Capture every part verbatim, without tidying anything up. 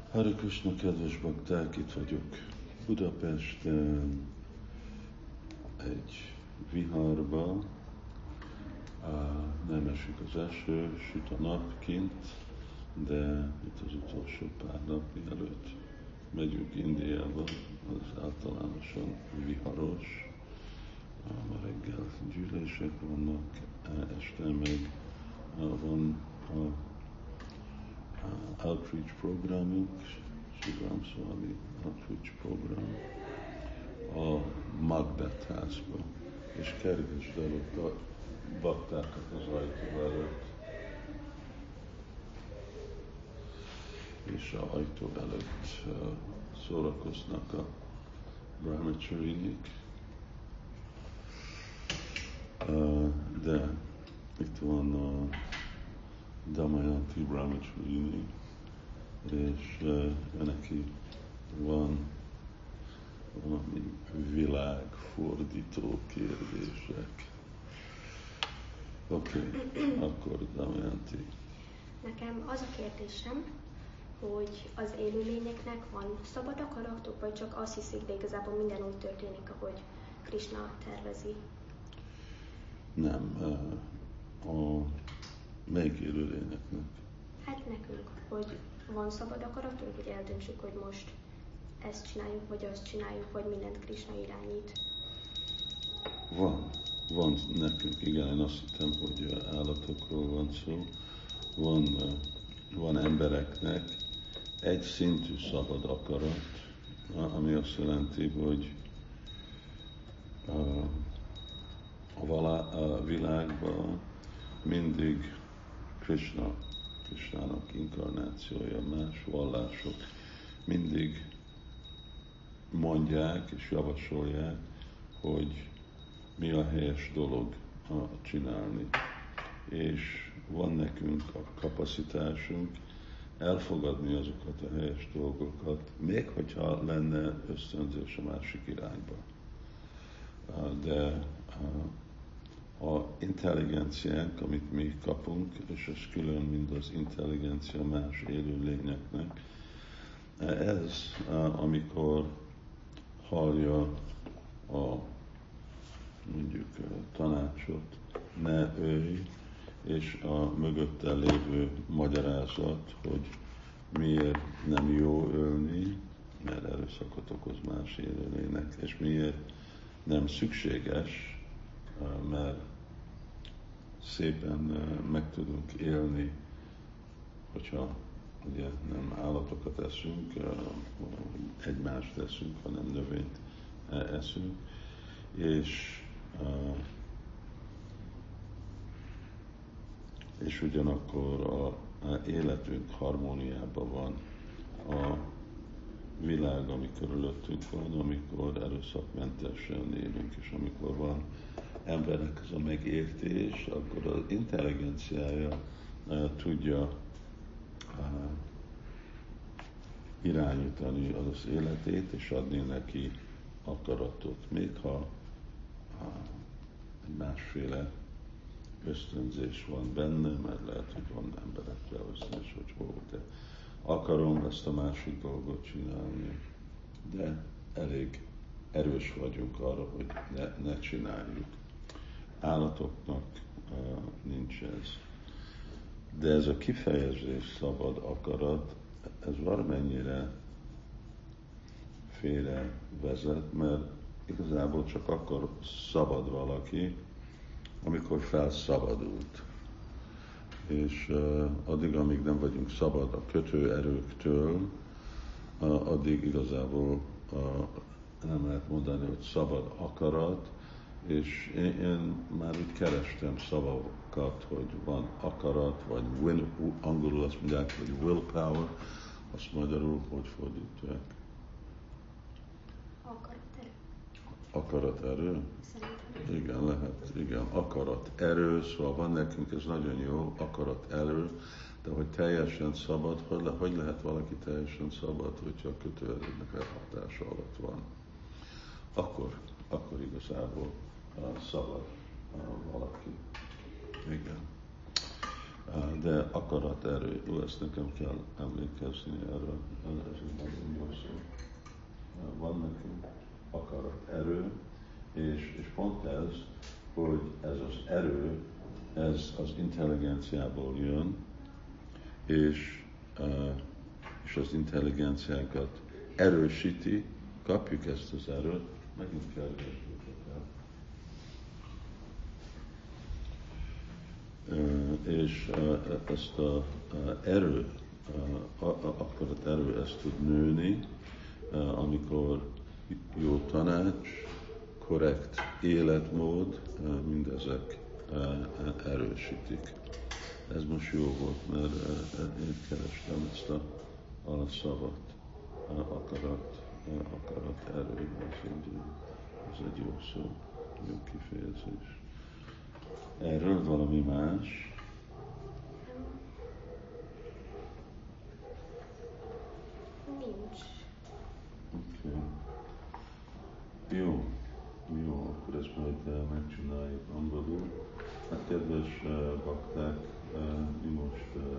Hare Krishna, kedves bakták, itt vagyok Budapesten, egy viharba, nem esik az eső, süt a nap kint, de itt az utolsó pár nap mielőtt megyünk Indiába, az általánosan viharos, ma reggel gyűlések vannak, este meg van a Uh, outreach programunk, Sigram Swami outreach program a Macbeth házban, és kergesd el a baktákat az ajtó előtt, és a ajtó előtt uh, szórakoznak a brahmacharinik, uh, de itt van a Damayanti Brahmacharini, és uh, neki van valami világfordító kérdések. Oké, okay, akkor Damayanti. Nekem az a kérdésem, hogy az élőlényeknek van szabad akaratuk, vagy csak azt hiszik, de igazából minden úgy történik, ahogy Krishna tervezi? Nem. Uh, a Melyik élőlényeknek? Hát nekünk, hogy van szabad akaratunk, hogy eldöntsük, hogy most ezt csináljuk, vagy azt csináljuk, vagy mindent Krishna irányít. Van. Van nekünk, igen, én azt hittem, hogy állatokról van szó. Van, van embereknek egy szintű szabad akarat, ami azt jelenti, hogy a, valá, a világban mindig Krishna, Krishnának inkarnációja, más vallások mindig mondják és javasolják, hogy mi a helyes dolog csinálni. És van nekünk a kapacitásunk elfogadni azokat a helyes dolgokat, még hogyha lenne ösztönzés a másik irányba. De a intelligenciánk, amit mi kapunk, és ez külön, mint az intelligencia más élőlényeknek, ez, amikor hallja a mondjuk a tanácsot, ne ölj, és a mögötte lévő magyarázat, hogy miért nem jó ölni, mert erőszakot okoz más élőlénynek, és miért nem szükséges, mert szépen meg tudunk élni, hogyha ugye nem állatokat eszünk, egymást eszünk, hanem növényt eszünk, és, és ugyanakkor a életünk harmóniában van a világ, ami körülöttünk van, amikor erőszakmentesen élünk, és amikor van embernek ez a megértés, akkor az intelligenciája uh, tudja uh, irányítani az, az életét, és adni neki akaratot. Még ha uh, másféle ösztönzés van benne, mert lehet, hogy van emberekre ösztönzés, hogy ó, de akarom ezt a másik dolgot csinálni, de elég erős vagyunk arra, hogy ne, ne csináljuk. Állatoknak uh, nincs ez. De ez a kifejezés szabad akarat, ez valamennyire félre vezet, mert igazából csak akkor szabad valaki, amikor felszabadult. És uh, addig, amíg nem vagyunk szabad a kötőerőktől, uh, addig igazából uh, nem lehet mondani, hogy szabad akarat, és én, én már úgy kerestem szavakat, hogy van akarat, vagy will, angolul azt mondják, hogy willpower, azt magyarul hogy fordítják? Akaraterő. Akaraterő? Szerintem. Igen, lehet, igen, akaraterő, szóval van nekünk, ez nagyon jó, akaraterő, de hogy teljesen szabad, hogy, le, hogy lehet valaki teljesen szabad, hogyha a kötőerőnek elhatása alatt van? Akkor, akkor igazából uh, szabad uh, valaki. Igen. de akarat erő. Ú, ezt nekem kell emlékezni erre, ez egy nagyon jó szó. Van nekünk akarat erő, és, és pont ez, hogy ez az erő, ez az intelligenciából jön, és, és az intelligenciánkat erősíti, kapjuk ezt az erőt, megint kergesd el. És ezt az erő, akarat erő, ezt tud nőni, amikor jó tanács, korrekt életmód, mindezek erősítik. Ez most jó volt, mert én kerestem ezt a, a szavat, akarat, akarat erő, ez egy, ez egy jó szó, jó kifejezés. Erről valami más? Nincs. Oké. Okay. Jó, jó, akkor ezt majd uh, megcsináljuk angolul. Hát kedves uh, bakták, uh, mi most uh,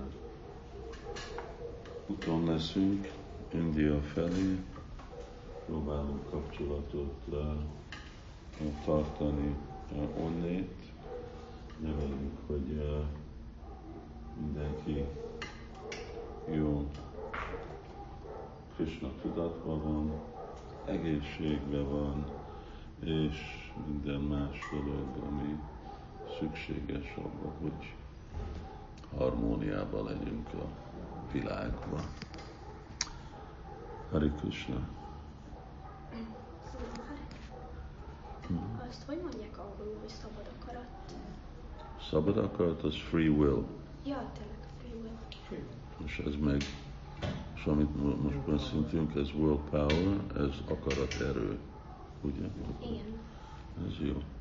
úton leszünk India felé, próbálunk kapcsolatot uh, tartani uh, onnét, neveljük, hogy uh, mindenki jó Krishna tudatban van, egészségben van, és minden más dolog, ami szükséges abban, hogy harmóniában legyünk a világban. Hare Krishna. Azt hogy mondják angolul, hogy szabad akarat? Szabad akarat az free will. Ja, tényleg, free will. Free. És ez meg, és amit most beszéltünk, ez willpower, ez akarat erő. Ugye? Igen. Ez jó.